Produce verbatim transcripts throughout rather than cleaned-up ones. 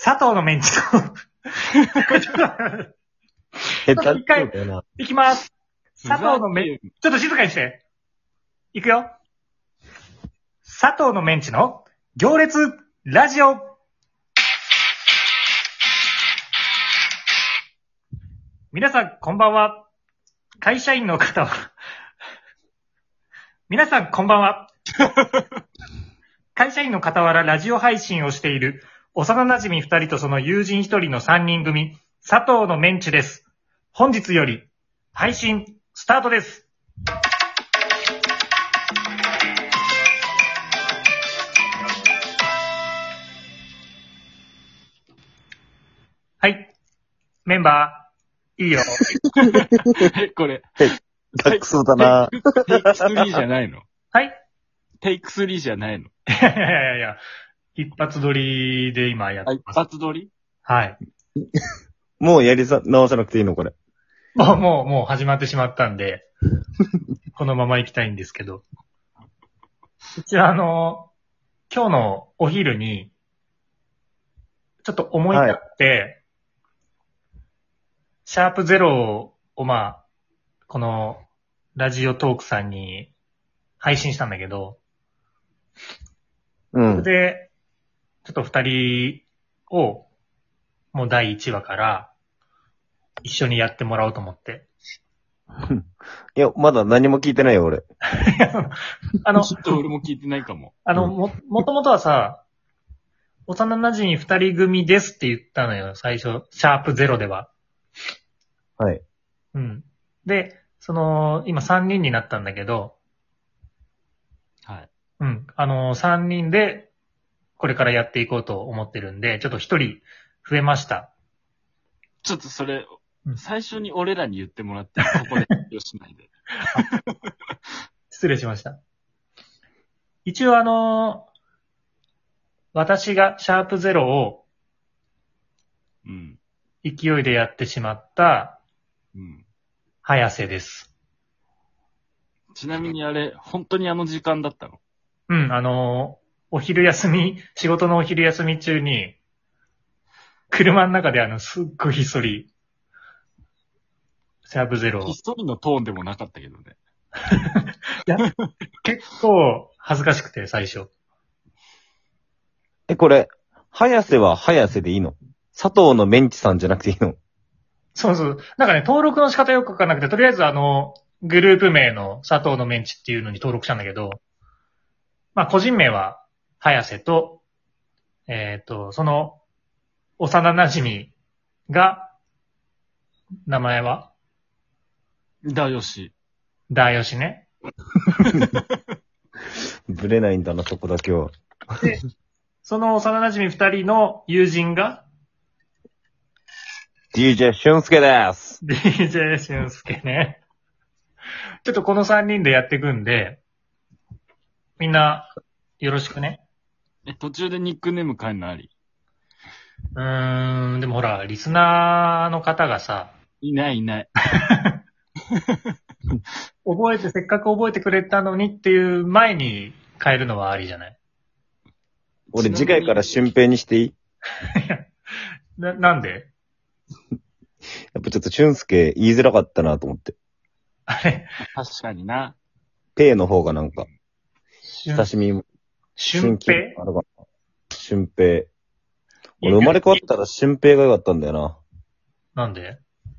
佐藤のメンチと、 え、だ一回だよな。 いきます。佐藤のメンチ、ちょっと静かにして。いくよ。佐藤のメンチの行列ラジオ。皆さん、こんばんは。会社員の方は、皆さん、こんばんは。会社員の傍らラジオ配信をしている幼馴染二人とその友人一人の三人組、佐藤のメンチです。本日より配信スタートです。はい。メンバー、いいよ。 これ。 ダックソだな。 テイクスリーじゃないの？ はい。 テイクスリーじゃないの？ いやいやいやいや、一発撮りで今やって一ます。 発撮り？ はい。 もうやりさ、直さなくていいのこれ。 もう、もう、もう始まってしまったんで、このまま行きたいんですけど。一応あの、今日のお昼に、ちょっと思い立って、はい、シャープゼロをまあ、このラジオトークさんに配信したんだけど、 うん。 それで、ちょっと二人を、もうだいいちわから一緒にやってもらおうと思って。 いや、まだ何も聞いてないよ、俺。 あの、 ちょっと俺も聞いてないかも。 あの、も、もともとはさ、幼馴染二人組ですって言ったのよ、最初、シャープゼロでは。 はい。 うん。で、その、今三人になったんだけど、 はい。 うん。あの、三人で、これからやっていこうと思ってるんで、ちょっと一人増えました。 ちょっとそれ、 うん、 最初に俺らに言ってもらって、ここで発表しないで。 失礼しました。一応あの、私がシャープゼロを、 うん。 勢いでやってしまった、 うん。 早瀬です。 ちなみにあれ、本当にあの時間だったの？ うん、あの、お昼休み、仕事のお昼休み中に、車の中であの、すっごいひっそり、シャープゼロ。 ひっそりのトーンでもなかったけどね。 いや、結構恥ずかしくて、最初。 え、これ、早瀬は早瀬でいいの？佐藤のメンチさんじゃなくていいの？ そうそう。なんかね、登録の仕方よくわかんなくて、とりあえずあの、グループ名の佐藤のメンチっていうのに登録したんだけど、まあ、個人名は、早瀬と、えっと、その、幼馴染が、名前はだよし。 だよしね。 ぶれないんだな、そこだけは。 で、その幼馴染二人の友人が、 ディージェー 俊介です。 ディージェー 俊介ね。ちょっとこの三人でやっていくんで、みんな、よろしくね。 え、途中でニックネーム変えるのあり？ うーん、でもほら、リスナーの方がさ、 いないいない。 覚えて、せっかく覚えてくれたのにっていう前に変えるのはありじゃない？ 俺次回から俊平にしていい？ な、なんで？ やっぱちょっと俊介言いづらかったなと思って。 あれ確かにな。 ペイの方がなんか、親しみ、 俊平あるかな。俊平。俺生まれ変わったら俊平が良かったんだよな。 なんで？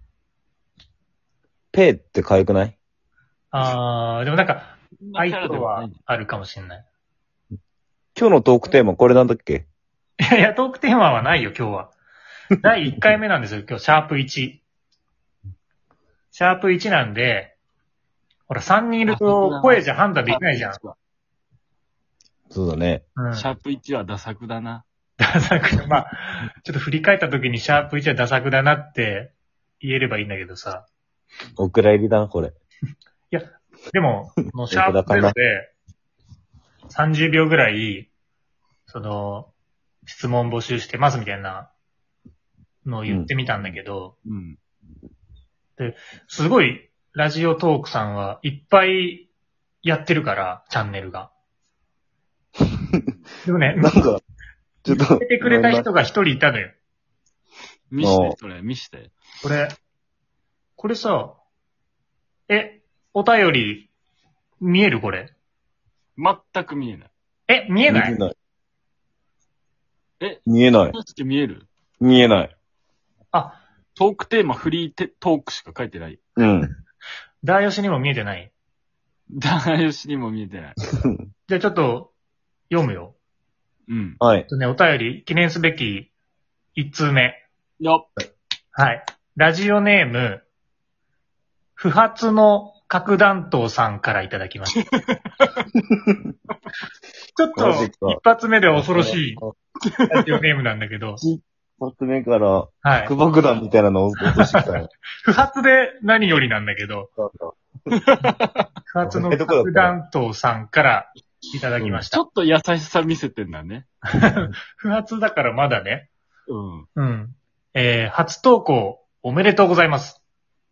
ペイって可愛くない？ あー、でもなんか、愛嬌はあるかもしれない。 今日のトークテーマこれなんだっけ？ いやいや、トークテーマはないよ、今日は。だいいっかいめなんですよ、今日、シャープいち。シャープいちなんで、ほら、さんにんいると声じゃ判断できないじゃん。 そうだね。 うん。 シャープいちはダ作だな。 ダ作。まあ、ちょっと振り返った時にシャープいちはダ作だなって言えればいいんだけどさ。 お蔵入りだな、これ。 いや、でも、このシャープゼロでさんじゅうびょうぐらい、その、質問募集してますみたいなのを言ってみたんだけど、 うん。 で、すごい、ラジオトークさんはいっぱいやってるから、チャンネルが。でもね、 なんか、 ちょっと。 出てくれた人が一人いたのよ。 見して、それ、見して。 これ、これさ、え、お便り、見えるこれ。 全く見えない。 え、見えない見えない。 え見えない。 マジで見える？ 見えない。 あ、 トークテーマフリーテトークしか書いてない。 うん。 ダーヨシにも見えてない。 ダイヨシにも見えてない。 じゃあちょっと、読むよ。 うん。 はいえっ。とね、お便り、記念すべき、一通目。 よっ。 はい。ラジオネーム、不発の核弾頭さんからいただきました。ちょっと、 マジか一発目で恐ろしいラジオネームなんだけど、 一発目から、 はい。 核爆弾みたいなのを落としてきたよ。 不発で何よりなんだけど、不発の核弾頭さんからいただきました。 ちょっと優しさ見せてんだね。 不発だからまだね。 うん。 うん。えー、初投稿おめでとうございます。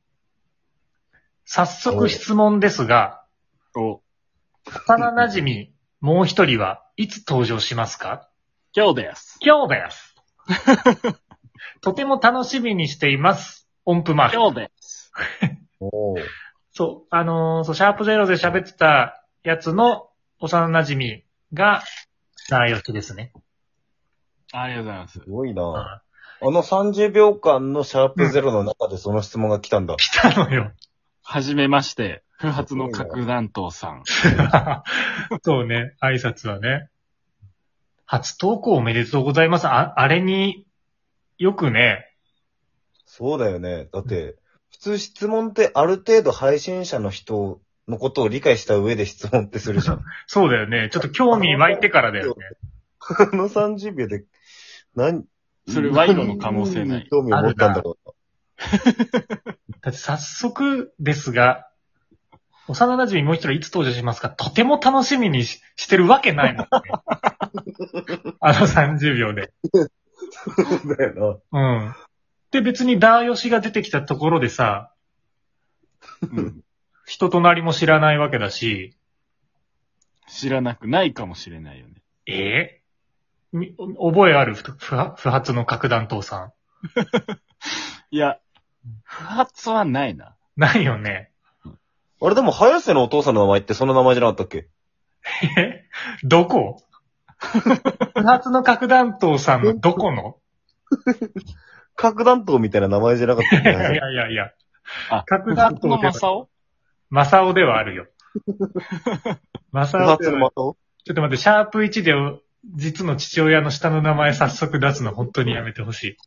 早速質問ですが、 お、 幼馴染みもう一人はいつ登場しますか？ 今日です。 今日です。とても楽しみにしています。音符マーク。 今日です。 おー。 そう、あのーそう、シャープゼロで喋ってたやつの幼馴染みが、ダーヨシですね。 ありがとうございますす。ごいなうんあのさんじゅうびょうかんのシャープゼロの中でその質問が来たんだ。 来たのよ。 はじめまして、不発の核弾頭さん。 そうね、挨拶はね。初投稿おめでとうございます。あ、あれによくね、 そうだよね。だって、普通質問ってある程度配信者の人のことを理解した上で質問ってするじゃん。 そうだよね。ちょっと興味湧いてからだよね。 あのさんじゅうびょうで、何、 それ賄賂の可能性ない何に興味を持ったんだろう。 だって早速ですが、幼馴染もう一人いつ登場しますか？とても楽しみに し, してるわけないもんね。あのさんじゅうびょうで。 そうだようん。で、別にダーヨシが出てきたところでさ、 うん。 人となりも知らないわけだし、 知らなくないかもしれないよね。 えーみ覚えある不不不発の核弾頭さん。 いや、不発はないな。 ないよね。 な。あれでも、早瀬のお父さんの名前ってその名前じゃなかったっけ？ えどこ不発の核弾頭さんのどこの核弾頭みたいな名前じゃなかったっけ？ いやいやいやいや。 あ、 核不発の弾頭では、 マサオマサオではあるよ。マサ不オでは発の的をちょっと待って、シャープいちで実の父親の下の名前早速出すの本当にやめてほしい。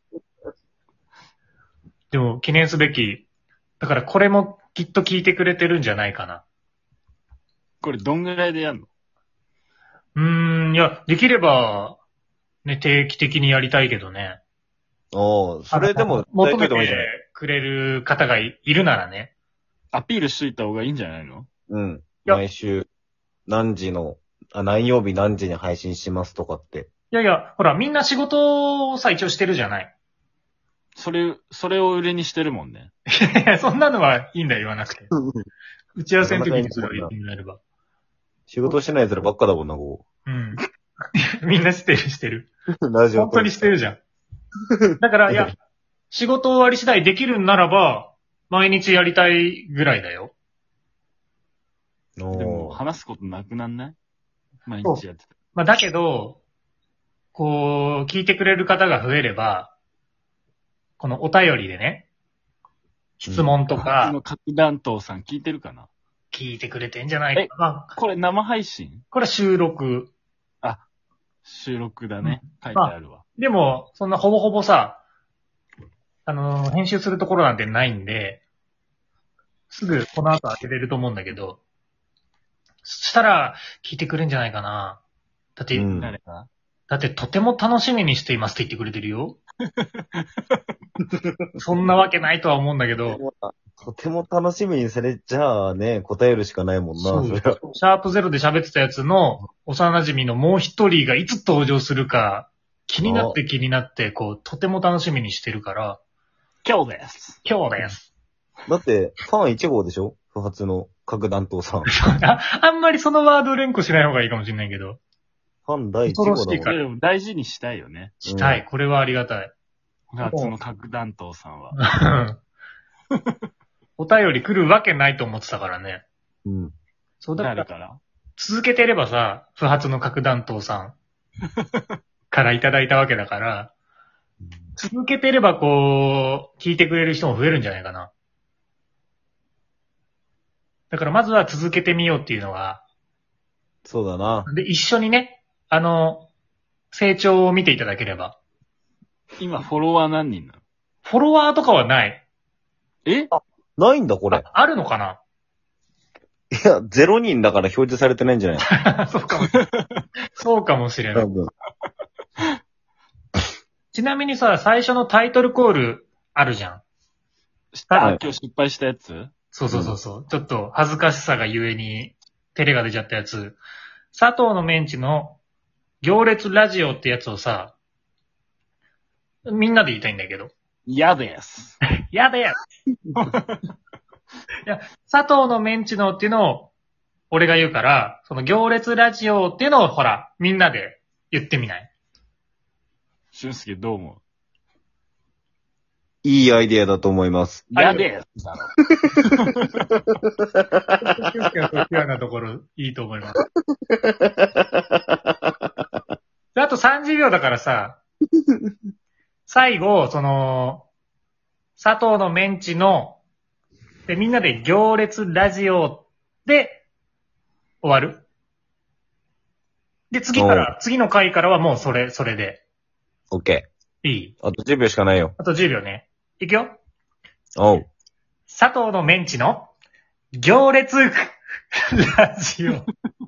でも記念すべき、だからこれもきっと聞いてくれてるんじゃないかな。 これどんぐらいでやんの？ うーん、いや、できれば、ね、定期的にやりたいけどね。 ああ、それでも、 求めて大体でもいいじゃない。 くれる方がいいるならね。 アピールしといた方がいいんじゃないの？ うん。 いや毎週、何時の、あ、何曜日何時に配信しますとかって。 いやいや、ほら、みんな仕事をさ、一応してるじゃない。 それ、それを売りにしてるもんね。 いや、そんなのはいいんだよ、言わなくて。打ち合わせの時にそれを言ってもらえれば。 仕事してない奴らばっかだもんな、こうん。みんなしてる、してる。 う。ラジオ本当にしてるじゃん。だから、いや、仕事終わり次第できるんならば、毎日やりたいぐらいだよ。 ででも、話すことなくなんない？毎日やってた。 まあ、だけど、こう、聞いてくれる方が増えれば、このお便りでね、質問とこかの核弾頭さん聞いてるかな？ 聞いてくれてんじゃないかな。 これ生配信？ これは収録。 収録だね。書いてあるわ。 でも、そんなほぼほぼさ、あの、編集するところなんてないんで、すぐこの後開けれると思うんだけど、そしたら聞いてくれるんじゃないかな。だって、 うん誰か？ だってとても楽しみにしていますって言ってくれてるよ。そんなわけないとは思うんだけど、 とても楽しみにされちゃあね、答えるしかないもんな、 そうそれは。 シャープゼロで喋ってたやつの幼馴染のもう一人がいつ登場するか気になって気になって、こう、とても楽しみにしてるから、 今日です。 今日です。 だって、ファンいち号でしょ？不発の核弾頭さん。 ああんまりそのワード連呼しない方がいいかもしれないけど。 ファン第一号だもん。 恐ろしいからでも大事にしたいよね。 したい。これはありがたい。 夏の核弾頭さんは。 お便り来るわけないと思ってたからね。 うん。 そうだから、 誰から続けてればさ、不発の核弾頭さんからいただいたわけだから、続けてればこう、聞いてくれる人も増えるんじゃないかな。だからまずは続けてみようっていうのが、 そうだな。 で、一緒にね、あの、成長を見ていただければ。 今フォロワー何人なの？ フォロワーとかはない。 えないんだ、これ。 ああるのかないや、ゼロ人だから表示されてないんじゃないそうかも。そうかもしれない。 多分。 ちなみにさ、最初のタイトルコールあるじゃん。 あ、 はい今日失敗したやつ？ そうそうそうそう。ちょっと恥ずかしさがゆえに、照れが出ちゃったやつ。佐藤のメンチの行列ラジオってやつをさ、みんなで言いたいんだけど。 嫌です。 やだよいや、佐藤のメンチのっていうのを俺が言うから、その行列ラジオっていうのをほら、みんなで言ってみない？ 俊介どう思いいアイディアだと思います。 う？嫌ですだろ。 嫌なところいいと思います。であとさんじゅうびょうだからさ、最後、その、佐藤のメンチの、で、みんなで行列ラジオで終わる。で、次から、次の回からはもうそれ、それで。 オッケいい？ ー。あとじゅうびょうしかないよ。 あとじゅうびょうね。いくよ。 おう。 佐藤のメンチの行列ラジオ。